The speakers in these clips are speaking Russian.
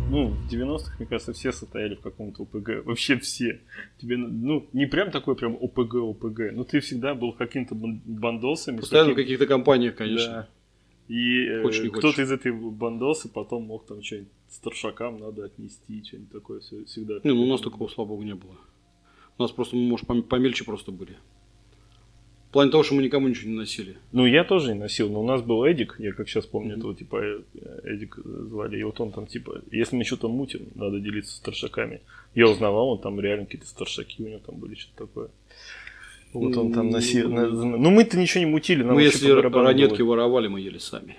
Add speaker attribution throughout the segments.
Speaker 1: Ну, в 90-х, мне кажется, все состояли в каком-то ОПГ. Вообще все. Тебе, ну, не прям такой прям ОПГ. Но ты всегда был каким-то бандосами.
Speaker 2: Постоянно в каких-то компаниях, конечно.
Speaker 1: Да. И
Speaker 2: Хочешь,
Speaker 1: кто-то из этой бандосы потом мог там что-нибудь старшакам надо отнести, что-нибудь такое всегда.
Speaker 2: Не, ну у нас такого, слава богу, не было. У нас просто, может, помельче просто были. В плане того, что мы никому ничего не носили.
Speaker 1: Ну, я тоже не носил, но у нас был Эдик, я как сейчас помню, этого типа Эдик звали, и вот он там типа, если мы что-то мутим, надо делиться с старшаками. Я узнавал, он там реально какие-то старшаки у него там были, что-то такое. Вот он там носил. Ну, мы-то ничего не мутили.
Speaker 2: Мы, если ранетки воровали, мы ели сами.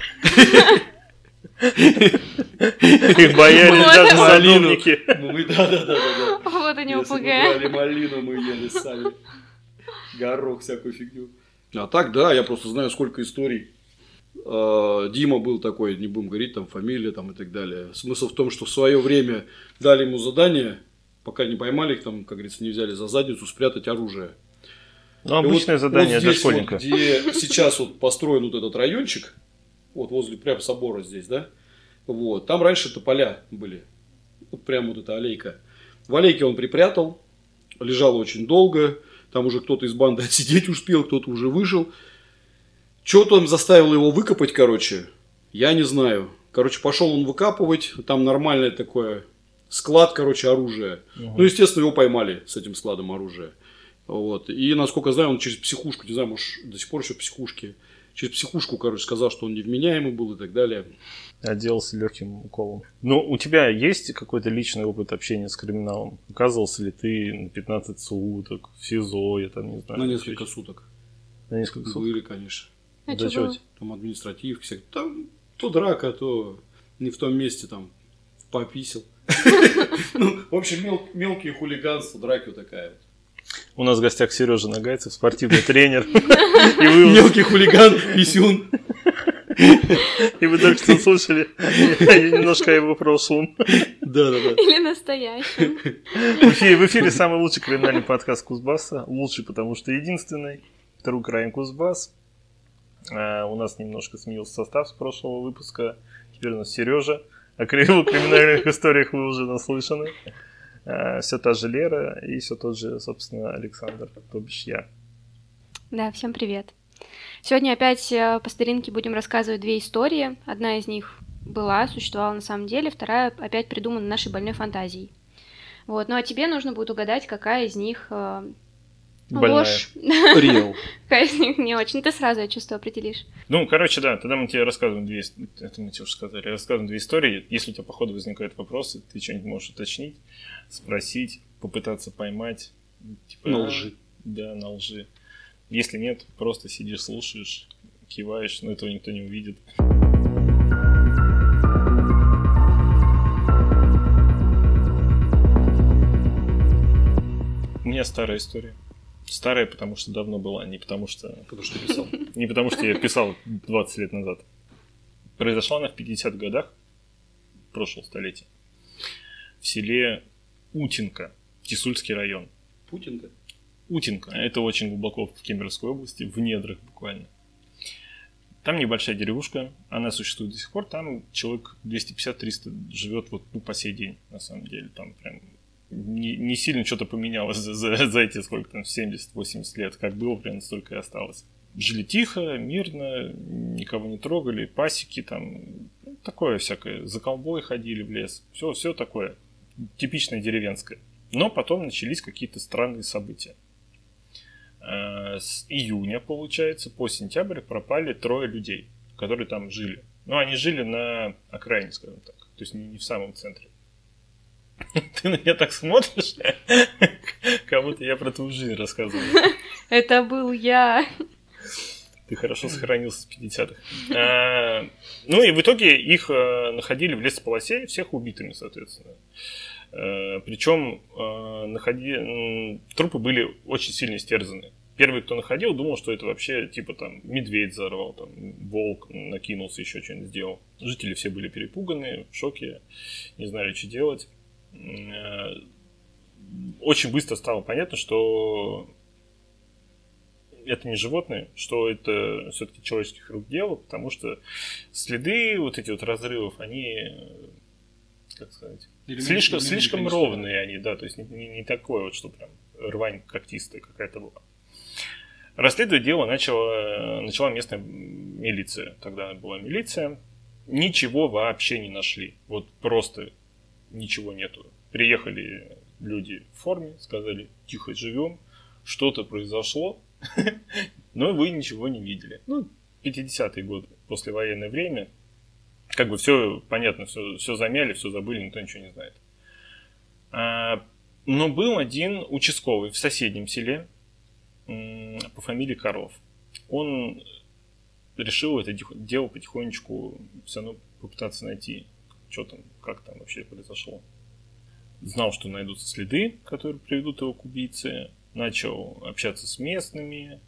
Speaker 1: Их боялись даже садовники.
Speaker 2: Да.
Speaker 3: Вот они ОПГ.
Speaker 2: Если мы брали малину, мы ели сами. Горох, всякую фигню. А так, да, я просто знаю, сколько историй. Дима был такой, не будем говорить, там, фамилия там, и так далее. Смысл в том, что в свое время дали ему задание, пока не поймали их, там, как говорится, не взяли за задницу, спрятать оружие.
Speaker 1: Ну, обычное вот, задание для школьника.
Speaker 2: Вот, где сейчас вот построен вот этот райончик, вот возле прям собора здесь, да, вот, там раньше тополя были, вот прям вот эта аллейка. В аллейке он припрятал, лежал очень долго, там уже кто-то из банды отсидеть успел, кто-то уже вышел. Что-то он заставил его выкопать, короче, я не знаю. Короче, пошел он выкапывать, там нормальный такой склад, короче, оружия. Ну, естественно, его поймали с этим складом оружия. Вот. И, насколько знаю, он через психушку, не знаю, может, до сих пор еще в психушке, через психушку, короче, сказал, что он невменяемый был и так далее.
Speaker 1: Отделался легким уколом. Ну, у тебя есть какой-то личный опыт общения с криминалом? Оказывался ли ты на 15 суток в СИЗО, я там не знаю.
Speaker 2: На несколько суток.
Speaker 1: На несколько суток?
Speaker 2: Были, конечно.
Speaker 3: А
Speaker 1: да
Speaker 3: чего?
Speaker 2: Там административки всякие. Там то драка, то не в том месте там пописал. Ну, в общем, мелкие хулиганства, драки вот такая вот.
Speaker 1: У нас в гостях Сережа Нагайцев, спортивный тренер.
Speaker 2: Мелкий хулиган, писюн.
Speaker 1: И вы только что слышали немножко о его прошлом.
Speaker 2: Да.
Speaker 3: Или настоящем.
Speaker 1: В эфире самый лучший криминальный подкаст Кузбасса. Лучший, потому что единственный. True Crime Кузбасс. У нас немножко сменился состав с прошлого выпуска. Теперь у нас Сережа. О криминальных историях вы уже наслышаны. Все та же Лера и все тот же, собственно, Александр, то бишь я.
Speaker 3: Да, всем привет. Сегодня опять по старинке будем рассказывать две истории. Одна из них существовала на самом деле, вторая опять придумана нашей больной фантазией. Вот. Ну а тебе нужно будет угадать, какая из них ложь.
Speaker 2: Реал.
Speaker 3: Какая из них не очень. Ты сразу, я чувствую, определишь.
Speaker 1: Ну, короче, да, тогда мы тебе рассказываем это мы тебе уже сказали, рассказываем две истории. Если у тебя по ходу возникают вопросы, ты что-нибудь можешь уточнить, спросить, попытаться поймать. Типа,
Speaker 2: на лжи.
Speaker 1: Да, на лжи. Если нет, просто сидишь, слушаешь, киваешь, но этого никто не увидит. У меня старая история. Старая, потому что давно была, не потому что...
Speaker 2: Потому что писал.
Speaker 1: Не потому что я писал 20 лет назад. Произошла она в 50-х годах прошлого столетия. В селе Утинка, Тисульский район.
Speaker 2: Путинка?
Speaker 1: Утинка. Это очень глубоко в Кемеровской области, в недрах буквально. Там небольшая деревушка, она существует до сих пор. Там человек 250-300 живет вот, по сей день, на самом деле. Там прям не сильно что-то поменялось за эти сколько там, 70-80 лет. Как было, прям столько и осталось. Жили тихо, мирно, никого не трогали, пасеки там, такое всякое. За колбой ходили в лес. Все такое. Типичное деревенское. Но потом начались какие-то странные события. С июня, получается, по сентябрь пропали 3 людей, которые там жили. Но они жили на окраине, скажем так. То есть не в самом центре. Ты на меня так смотришь, как будто я про твою жизнь рассказываю.
Speaker 3: Это был я.
Speaker 1: Ты хорошо сохранился с 50-х. Ну и в итоге их находили в лесополосе, всех убитыми, соответственно. Причем трупы были очень сильно истерзаны. Первый, кто находил, думал, что это вообще типа там медведь взорвал, там волк накинулся, еще что-нибудь сделал. Жители все были перепуганы, в шоке, не знали, что делать. Очень быстро стало понятно, что это не животные, что это все-таки человеческих рук дело, потому что следы вот эти вот разрывов, они как сказать,
Speaker 2: Элементы
Speaker 1: слишком ровные они, да, то есть не такое вот, что прям рвань когтистая какая-то была. Расследовать дело начала местная милиция. Тогда была милиция. Ничего вообще не нашли. Вот просто ничего нету. Приехали люди в форме, сказали, тихо живем, что-то произошло, но вы ничего не видели. 50-е годы, послевоенное время. Как бы все понятно, все замяли, все забыли, никто ничего не знает. Но был один участковый в соседнем селе по фамилии Коров. Он решил это дело потихонечку все равно попытаться найти, что там, как там вообще произошло. Знал, что найдутся следы, которые приведут его к убийце. Начал общаться с местными,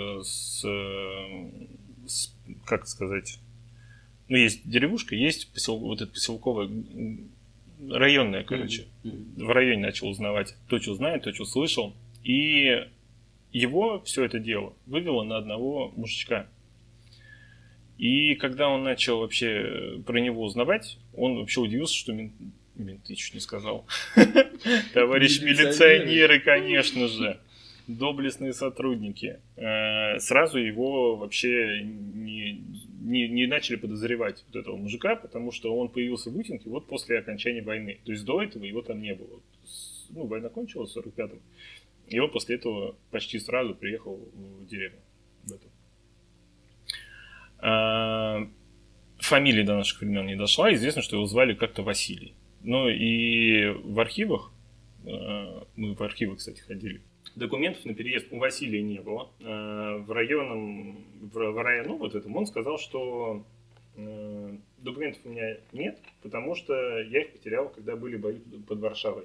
Speaker 1: как сказать, есть деревушка, есть вот это поселковое, районное, короче. В районе начал узнавать то, что знает, то, что слышал. И его все это дело вывело на одного мужичка. И когда он начал вообще про него узнавать, он вообще удивился, что менты чуть не сказал. Товарищ милиционеры, конечно же. Доблестные сотрудники. Сразу его вообще не начали подозревать вот этого мужика, потому что он появился в Утинке вот после окончания войны. То есть до этого его там не было. Война кончилась в 45-м. И он после этого почти сразу приехал в деревню. Фамилия до наших времен не дошла. Известно, что его звали как-то Василий. И в архивах, мы в архивы, кстати, ходили, документов на переезд у Василия не было. В району вот этом он сказал, что документов у меня нет, потому что я их потерял, когда были бои под Варшавой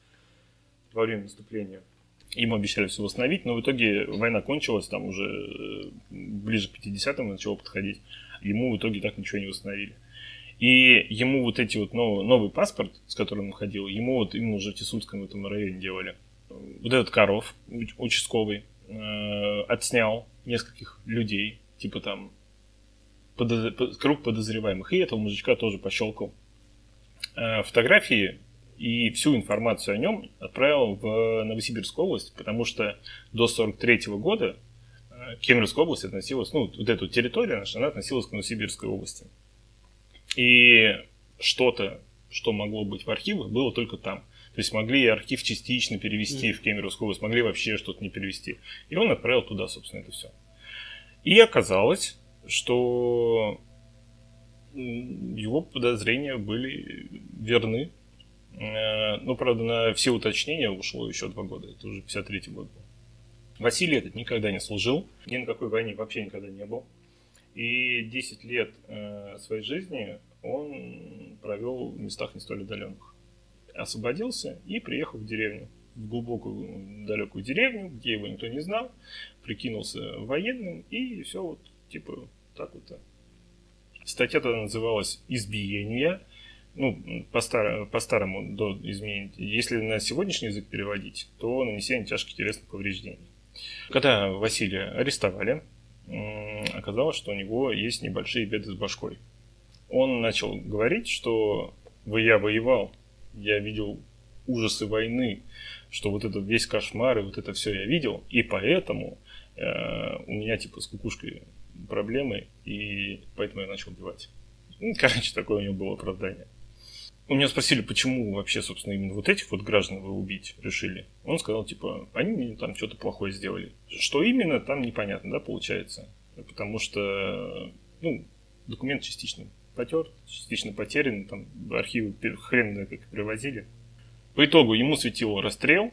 Speaker 1: во время наступления. Ему обещали все восстановить, но в итоге война кончилась, там уже ближе к 50-м начало подходить. Ему в итоге так ничего не восстановили. И ему вот эти вот новый паспорт, с которым он ходил, ему вот именно уже в Тесутском в этом районе делали. Вот этот Коров, участковый, отснял нескольких людей, типа там круг подозреваемых. И этого мужичка тоже пощелкал. Фотографии и всю информацию о нем отправил в Новосибирскую область, потому что до 1943 года Кемеровская область относилась, вот эту территорию наша, она относилась к Новосибирской области. И что-то, что могло быть в архивах, было только там. То есть могли архив частично перевести в Кемеровскую область, могли вообще что-то не перевести. И он отправил туда, собственно, это все. И оказалось, что его подозрения были верны. Правда, на все уточнения ушло еще 2 года. Это уже 53-й год был. Василий этот никогда не служил, ни на какой войне вообще никогда не был. И 10 лет своей жизни он провел в местах не столь отдаленных. Освободился и приехал в деревню. В глубокую, далекую деревню, где его никто не знал. Прикинулся военным и все вот, типа, так вот. Статья тогда называлась «Избиение». По-старому до изменения. Если на сегодняшний язык переводить, то нанесение тяжких телесных повреждений. Когда Василия арестовали, оказалось, что у него есть небольшие беды с башкой. Он начал говорить, что я воевал, я видел ужасы войны, что вот это весь кошмар и вот это все я видел, и поэтому у меня типа с кукушкой проблемы, и поэтому я начал убивать. Такое у него было оправдание. У меня спросили, почему вообще, собственно, именно вот этих вот граждан вы убить решили. Он сказал, типа, они мне там что-то плохое сделали. Что именно, там непонятно, да, получается. Потому что, документ частично потерт, частично потерян, там архивы хрен как привозили. По итогу ему светил расстрел,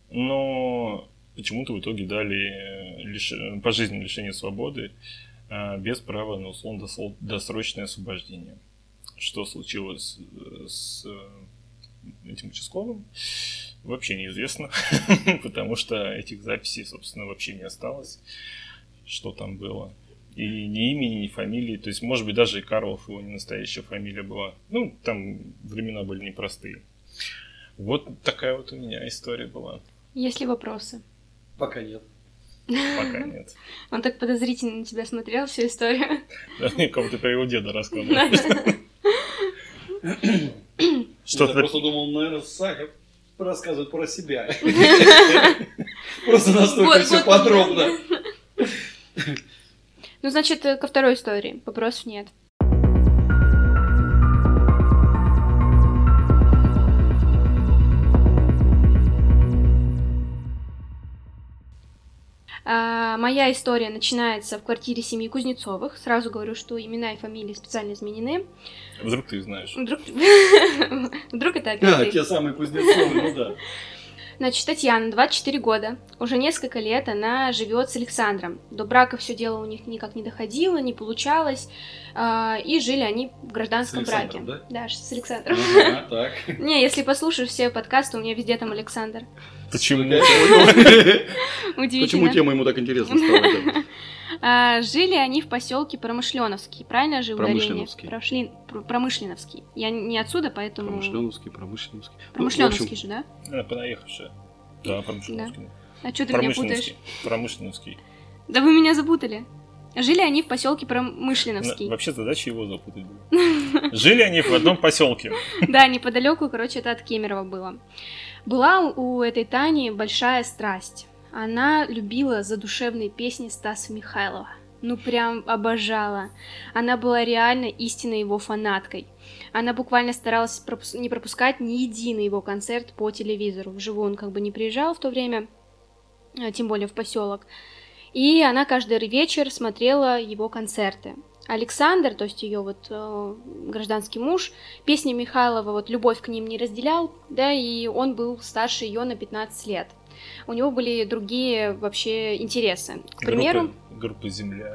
Speaker 1: но почему-то в итоге дали пожизненное лишение свободы без права на условно-досрочное освобождение. Что случилось с этим участковым, вообще неизвестно, потому что этих записей, собственно, вообще не осталось, что там было. И ни имени, ни фамилии, то есть, может быть, даже и Карлов его не настоящая фамилия была. Там времена были непростые. Вот такая вот у меня история была.
Speaker 3: Есть ли вопросы?
Speaker 2: Пока нет.
Speaker 1: Пока нет.
Speaker 3: Он так подозрительно на тебя смотрел всю историю.
Speaker 1: Да, кому-то про его деда рассказывал. Что
Speaker 2: Я просто думал, наверное, Саня рассказывает про себя. Просто настолько все подробно.
Speaker 3: Ну, значит, ко второй истории вопросов нет. Моя история начинается в квартире семьи Кузнецовых. Сразу говорю, что имена и фамилии специально изменены.
Speaker 1: Вдруг ты знаешь.
Speaker 3: Вдруг это опять ты.
Speaker 2: Те самые Кузнецовы, ну да.
Speaker 3: Значит, Татьяна, 24 года. Уже несколько лет она живет с Александром. До брака все дело у них никак не доходило, не получалось. И жили они в гражданском браке.
Speaker 2: Да?
Speaker 3: Да, с Александром.
Speaker 2: Ага, так.
Speaker 3: Не, если послушаешь все подкасты, у меня везде там Александр.
Speaker 1: Почему?
Speaker 3: Удивительно.
Speaker 2: Почему тема ему так интересна стала?
Speaker 3: Жили они в поселке Промышленовский. Правильно же ударение?
Speaker 2: Промышленовский.
Speaker 3: Я не отсюда, поэтому...
Speaker 2: Промышленовский.
Speaker 3: Промышленовский же, да?
Speaker 1: Понаехавшая. Да, Промышленовский.
Speaker 3: А что ты меня путаешь?
Speaker 1: Промышленовский.
Speaker 3: Да вы меня запутали. Жили они в поселке Промышленовский.
Speaker 1: Вообще задача его запутать была. Жили они в одном поселке.
Speaker 3: Да, неподалеку, короче, это от Кемерово было. Была у этой Тани большая страсть. Она любила задушевные песни Стаса Михайлова. Ну, прям обожала. Она была реально истинной его фанаткой. Она буквально старалась не пропускать ни единый его концерт по телевизору. Вживую он как бы не приезжал в то время, тем более в поселок. И она каждый вечер смотрела его концерты. Александр, то есть ее вот гражданский муж, песни Михайлова, вот любовь к ним не разделял, да, и он был старше ее на 15 лет. У него были другие вообще интересы. К примеру...
Speaker 1: Группа «Земля».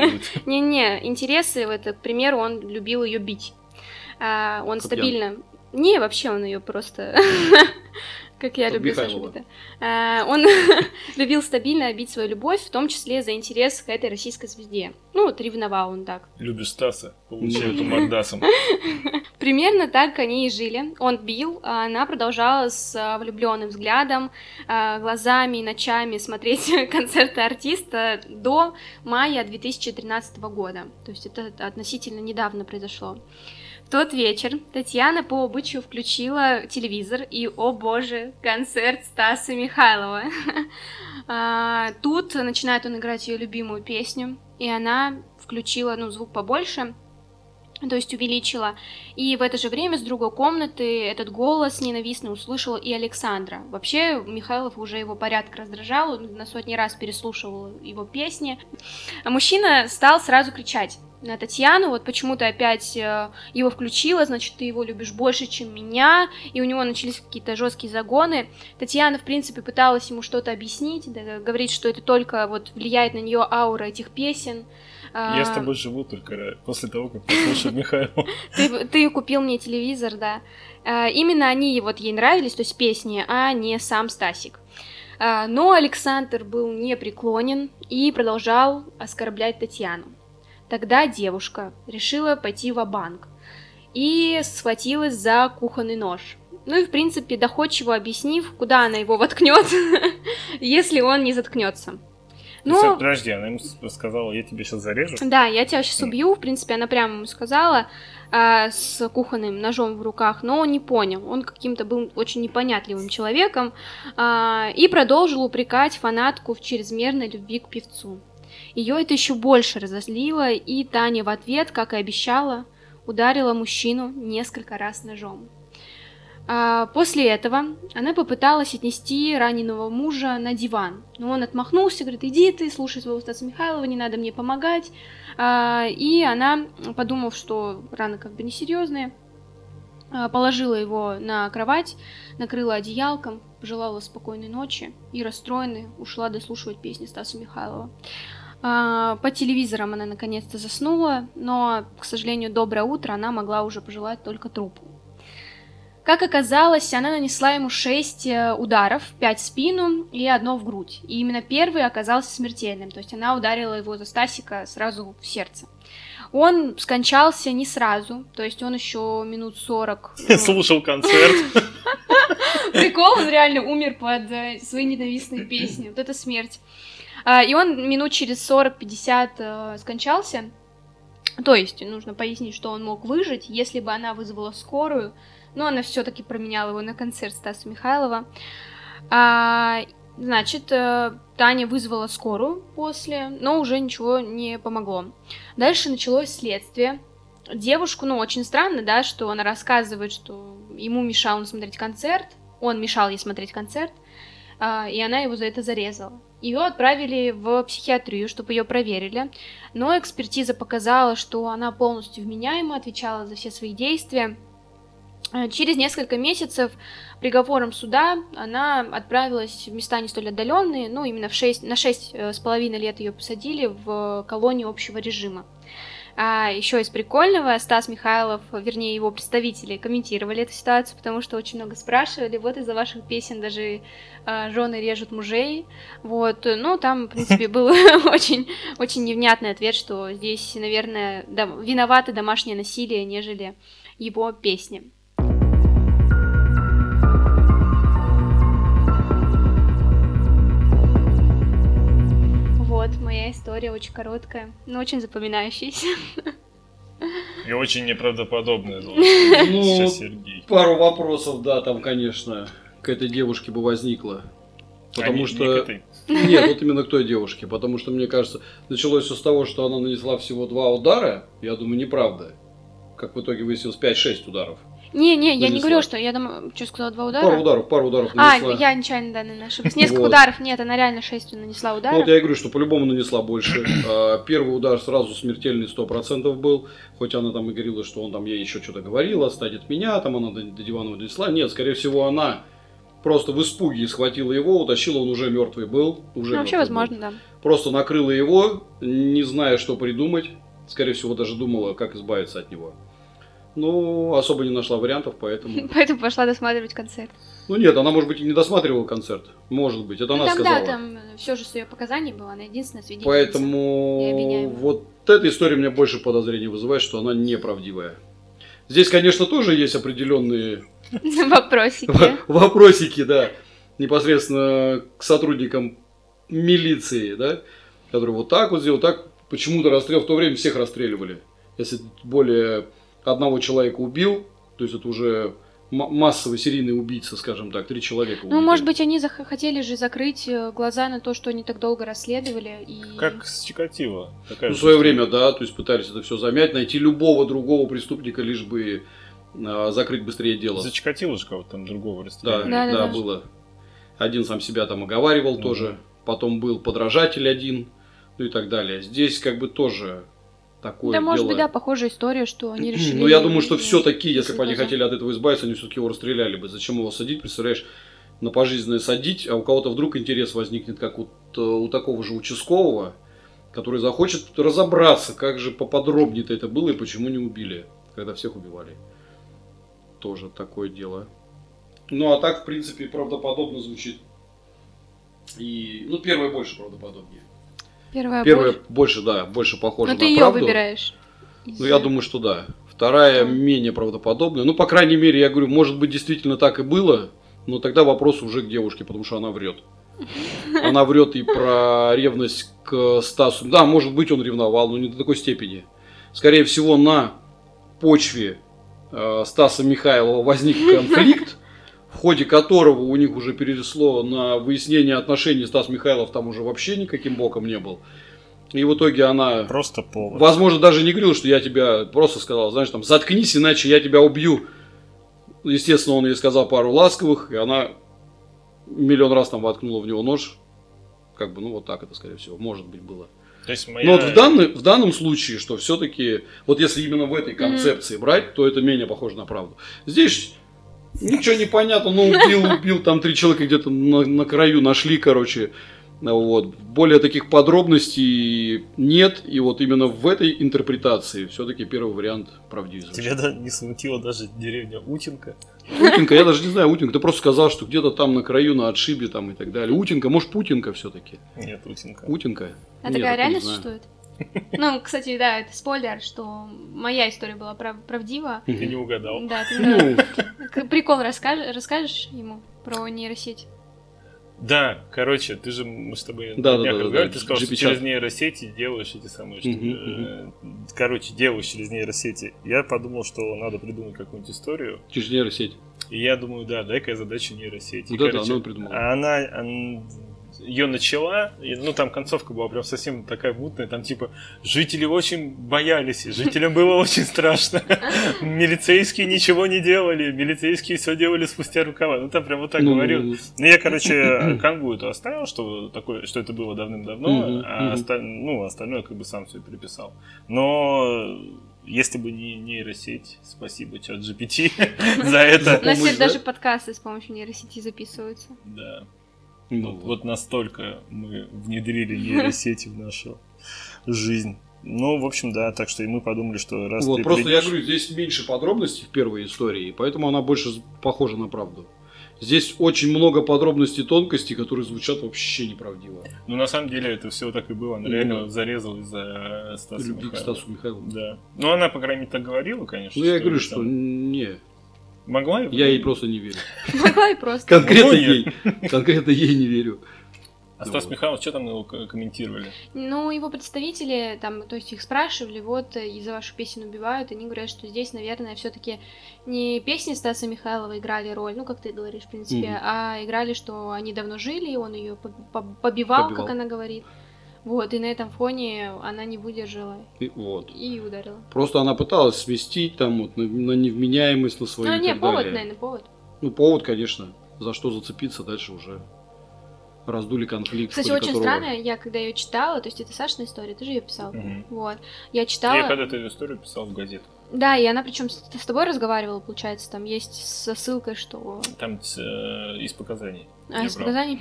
Speaker 3: Не-не, интересы, это, к примеру, он любил ее бить. Он стабильно... Не, вообще он ее просто... Как я люблю Сашу Бита. Он любил стабильно бить свою любовь, в том числе за интерес к этой российской звезде. Ну, вот ревновал он так.
Speaker 1: Любишь Стаса, получай эту мордасом.
Speaker 3: Примерно так они и жили. Он бил, а она продолжала с влюбленным взглядом, глазами и ночами смотреть концерты артиста до мая 2013 года. То есть это относительно недавно произошло. В тот вечер Татьяна по обычаю включила телевизор, и, о боже, концерт Стаса Михайлова. Тут начинает он играть ее любимую песню, и она включила, звук побольше, то есть увеличила. И в это же время с другой комнаты этот голос ненавистный услышал и Александра. Вообще Михайлов уже его порядок раздражал, он на сотни раз переслушивал его песни. А мужчина стал сразу кричать на Татьяну, вот почему ты опять его включила, значит, ты его любишь больше, чем меня, и у него начались какие-то жесткие загоны. Татьяна, в принципе, пыталась ему что-то объяснить, да, говорить, что это только вот влияет на нее аура этих песен.
Speaker 1: Я с тобой живу только после того, как послушаю Михайлова.
Speaker 3: Ты купил мне телевизор, да. Именно они вот ей нравились, то есть песни, а не сам Стасик. Но Александр был непреклонен и продолжал оскорблять Татьяну. Тогда девушка решила пойти ва-банк и схватилась за кухонный нож. Ну и, в принципе, доходчиво объяснив, куда она его воткнет, если он не заткнется.
Speaker 1: Но... Подожди, она ему сказала, я тебя сейчас зарежу?
Speaker 3: Да, я тебя сейчас убью, в принципе, она прямо ему сказала, с кухонным ножом в руках, но он не понял, он каким-то был очень непонятливым человеком, и продолжил упрекать фанатку в чрезмерной любви к певцу. Ее это еще больше разозлило, и Таня в ответ, как и обещала, ударила мужчину несколько раз ножом. После этого она попыталась отнести раненого мужа на диван, но он отмахнулся, говорит, иди ты, слушай своего Стаса Михайлова, не надо мне помогать. И она, подумав, что рана как бы несерьезная, положила его на кровать, накрыла одеялком, пожелала спокойной ночи и расстроенная ушла дослушивать песни Стаса Михайлова. По телевизорам она наконец-то заснула, но, к сожалению, доброе утро она могла уже пожелать только трупу. Как оказалось, она нанесла ему 6 ударов, 5 в спину и 1 в грудь. И именно первый оказался смертельным, то есть она ударила его за Стасика сразу в сердце. Он скончался не сразу, то есть он еще минут 40...
Speaker 1: Слушал концерт.
Speaker 3: Прикол, он реально умер под свои ненавистные песни, вот это смерть. И он минут через 40-50 скончался, то есть нужно пояснить, что он мог выжить, если бы она вызвала скорую, но она все-таки променяла его на концерт Стаса Михайлова. Значит, Таня вызвала скорую после, но уже ничего не помогло. Дальше началось следствие. Девушку, очень странно, да, что она рассказывает, что ему мешал он смотреть концерт, он мешал ей смотреть концерт, и она его за это зарезала. Ее отправили в психиатрию, чтобы ее проверили, но экспертиза показала, что она полностью вменяема, отвечала за все свои действия. Через несколько месяцев приговором суда она отправилась в места не столь отдаленные, именно на 6,5 лет ее посадили в колонию общего режима. А еще из прикольного, Стас Михайлов, вернее его представители, комментировали эту ситуацию, потому что очень много спрашивали, вот из-за ваших песен даже жены режут мужей, там, в принципе, был очень, очень невнятный ответ, что здесь, наверное, виновато домашнее насилие, нежели его песни. Моя история очень короткая, но очень запоминающаяся.
Speaker 1: И очень неправдоподобная, сейчас Сергей.
Speaker 2: Пару вопросов, да, там, конечно, к этой девушке бы возникло. Потому что...
Speaker 1: Не к этой?
Speaker 2: Нет, вот именно к той девушке. Потому что, мне кажется, началось все с того, что она нанесла всего 2 удара. Я думаю, неправда. Как в итоге выяснилось, 5-6 ударов.
Speaker 3: Не, я не говорю, что я думаю, что сказала 2 удара?
Speaker 2: Пару ударов нанесла.
Speaker 3: Я нечаянно, наверное, ошиблась. Несколько ударов, нет, она реально 6 нанесла ударов.
Speaker 2: Вот я и говорю, что по-любому нанесла больше. Первый удар сразу смертельный 100% был. Хоть она там и говорила, что он там ей еще что-то говорил, отстать от меня, там она до дивана донесла. Нет, скорее всего, она просто в испуге схватила его, утащила, он уже мертвый был.
Speaker 3: Вообще возможно, да.
Speaker 2: Просто накрыла его, не зная, что придумать. Скорее всего, даже думала, как избавиться от него. Особо не нашла вариантов, поэтому...
Speaker 3: Поэтому пошла досматривать концерт.
Speaker 2: Нет, она, может быть, и не досматривала концерт. Может быть, это она сказала.
Speaker 3: Да, там все же с ее показаний было, она единственная свидетельница.
Speaker 2: Поэтому вот эта история меня больше подозрений вызывает, что она неправдивая. Здесь, конечно, тоже есть определенные... Вопросики, да. Непосредственно к сотрудникам милиции, да, которые вот так вот сделали, так. Почему-то расстрел в то время всех расстреливали. Если более... одного человека убил, то есть это уже массовый серийный убийца, скажем так, 3 человека убили.
Speaker 3: Может быть, они хотели же закрыть глаза на то, что они так долго расследовали.
Speaker 1: Как с Чикатило.
Speaker 2: В свое время, да, то есть пытались это все замять, найти любого другого преступника, лишь бы закрыть быстрее дело.
Speaker 1: За Чикатило же кого-то там другого расстреляли.
Speaker 2: Да, было. Один сам себя там оговаривал тоже, потом был подражатель один, и так далее. Здесь как бы тоже... такое дело.
Speaker 3: Может быть, да, похожая история, что они решили...
Speaker 2: я думаю, что все-таки, если бы они хотели от этого избавиться, они все-таки его расстреляли бы. Зачем его садить, представляешь, на пожизненное садить, а у кого-то вдруг интерес возникнет, как у такого же участкового, который захочет разобраться, как же поподробнее-то это было и почему не убили, когда всех убивали. Тоже такое дело. А так, в принципе, правдоподобно звучит. И, первое больше правдоподобнее. Первая больше похожа на правду.
Speaker 3: Но ты ее выбираешь.
Speaker 2: Я думаю, что да. Вторая менее правдоподобная. По крайней мере, я говорю, может быть, действительно так и было, но тогда вопрос уже к девушке, потому что она врет. Она врет и про ревность к Стасу. Да, может быть, он ревновал, но не до такой степени. Скорее всего, на почве Стаса Михайлова возник конфликт, в ходе которого у них уже переросло на выяснение отношений. Стас Михайлов там уже вообще никаким боком не был. И в итоге она...
Speaker 1: Просто повод.
Speaker 2: Возможно, даже не говорила, что я тебя... Просто сказала, знаешь, там, заткнись, иначе я тебя убью. Естественно, он ей сказал пару ласковых, и она миллион раз там воткнула в него нож. Как бы, вот так это, скорее всего, может быть, было.
Speaker 1: То есть
Speaker 2: Но вот в данном случае, что все-таки... Вот если именно в этой концепции брать, то это менее похоже на правду. Здесь... Ничего не понятно, убил, там 3 человека где-то на краю нашли, короче. Более таких подробностей нет, и вот именно в этой интерпретации все-таки первый вариант правдивый.
Speaker 1: Тебя не смутила даже деревня Утинка?
Speaker 2: Утинка, я даже не знаю, Утинка, ты просто сказал, что где-то там на краю, на отшибе там и так далее. Утинка, может, Путинка все-таки?
Speaker 1: Нет, Утинка.
Speaker 2: Утинка?
Speaker 3: А такая реально существует? Кстати, да, это спойлер, что моя история была правдива.
Speaker 1: Ты не угадал.
Speaker 3: Да, ты прикол расскажешь ему про нейросеть?
Speaker 1: Да, короче, мы с тобой
Speaker 2: Да,
Speaker 1: разговаривали, ты сказал, что
Speaker 2: GPT-чат.
Speaker 1: через нейросети делаешь эти самые штуки. Короче, делаешь через нейросети. Я подумал, что надо придумать какую-нибудь историю.
Speaker 2: Через нейросеть.
Speaker 1: И я думаю, дай-ка я задачу нейросети.
Speaker 2: Да, она придумала.
Speaker 1: Она ее начала, там концовка была прям совсем такая мутная, там типа жители очень боялись, жителям было очень страшно, милицейские ничего не делали, милицейские все делали спустя рукава, там прям вот так говорил. Я, канву эту оставил, что это было давным-давно, а остальное как бы сам все переписал. Но если бы не нейросеть, спасибо, чат GPT за это.
Speaker 3: У нас теперь даже подкасты с помощью нейросети записываются.
Speaker 1: Да. Вот настолько мы внедрили нейросети в нашу жизнь. В общем, да, так что и мы подумали, что раз ты
Speaker 2: просто я говорю, здесь меньше подробностей в первой истории, поэтому она больше похожа на правду. Здесь очень много подробностей, тонкостей, которые звучат вообще неправдиво.
Speaker 1: На самом деле это все так и было. Она реально зарезала из-за Стаса
Speaker 2: Любви к Стасу Михайлову.
Speaker 1: Да. Она, по крайней мере, так говорила, конечно.
Speaker 2: Я говорю, что не.
Speaker 1: Могла?
Speaker 2: Я ей просто не верю.
Speaker 3: Могла и просто.
Speaker 2: Конкретно ей не верю.
Speaker 1: А Стас Михайлов, что там его комментировали?
Speaker 3: Его представители, то есть их спрашивали, из-за вашу песню убивают, они говорят, что здесь, наверное, все-таки не песни Стаса Михайлова играли роль, как ты говоришь, в принципе, а играли, что они давно жили, он ее побивал, как она говорит. И на этом фоне она не выдержала и ударила.
Speaker 2: Просто она пыталась сместить на невменяемость, на свою и так
Speaker 3: повод,
Speaker 2: далее.
Speaker 3: наверное, повод.
Speaker 2: Повод, конечно. За что зацепиться, дальше уже раздули конфликт.
Speaker 3: Кстати, очень странно, когда ее читала, то есть это Сашина история, ты же ее писал. Я читала.
Speaker 1: Я когда-то эту историю писал в газету.
Speaker 3: Да, и она причем с тобой разговаривала, получается, там есть со ссылкой, что...
Speaker 1: Там из показаний.
Speaker 3: Из показаний?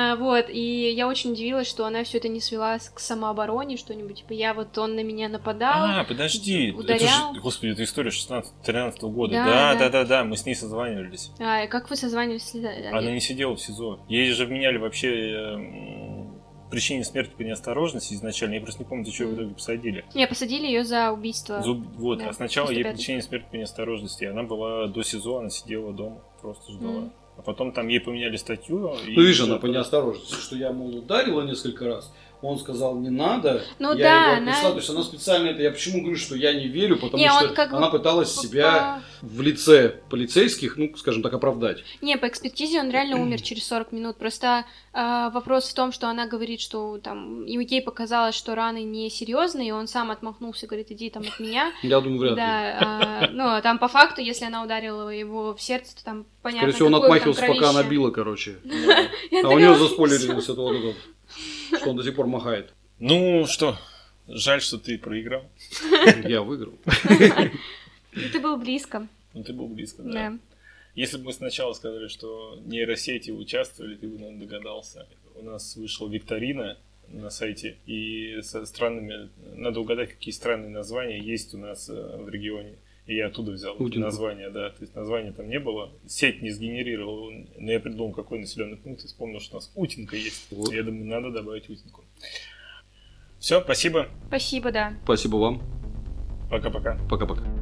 Speaker 3: И я очень удивилась, что она все это не свела к самообороне, что-нибудь, он на меня нападал,
Speaker 1: подожди,
Speaker 3: ударял.
Speaker 1: Господи, это история 16-13 года. Да, мы с ней созванивались.
Speaker 3: И как вы созванивались?
Speaker 1: Она не сидела в СИЗО. Ей же вменяли вообще... причине смерти по неосторожности изначально. Я просто не помню, за что в итоге посадили.
Speaker 3: Посадили ее за убийство.
Speaker 1: А сначала ей причине смерти по неосторожности. Она была до СИЗО, она сидела дома, просто ждала. А потом там ей поменяли статью.
Speaker 2: Видишь, она по неосторожности, что я, ударила несколько раз. Он сказал, не надо. Я его отписал. То есть она специально это... Я почему говорю, что я не верю, потому что она пыталась себя в лице полицейских, скажем так, оправдать.
Speaker 3: По экспертизе он реально умер через 40 минут. Просто вопрос в том, что она говорит, что ей показалось, что раны несерьезные, и он сам отмахнулся, говорит, иди от меня.
Speaker 2: Я думаю, вряд ли.
Speaker 3: Да, там по факту, если она ударила его в сердце, то там понятно,
Speaker 2: скорее всего, он отмахивался, пока она била, короче. А у него заспойлерилось это что он до сих пор махает.
Speaker 1: Что, жаль, что ты проиграл.
Speaker 2: Я выиграл.
Speaker 3: Ты был близко.
Speaker 1: Ты был близко, да. Если бы мы сначала сказали, что нейросети участвовали, ты бы, наверное, догадался. У нас вышла викторина на сайте, и со странными... Надо угадать, какие странные названия есть у нас в регионе. И я оттуда взял название, да. То есть названия там не было. Сеть не сгенерировала, но я придумал, какой населенный пункт, и вспомнил, что у нас Утинка есть. Я думаю, надо добавить Утинку. Все, спасибо.
Speaker 3: Спасибо, да.
Speaker 2: Спасибо вам.
Speaker 1: Пока-пока.
Speaker 2: Пока-пока.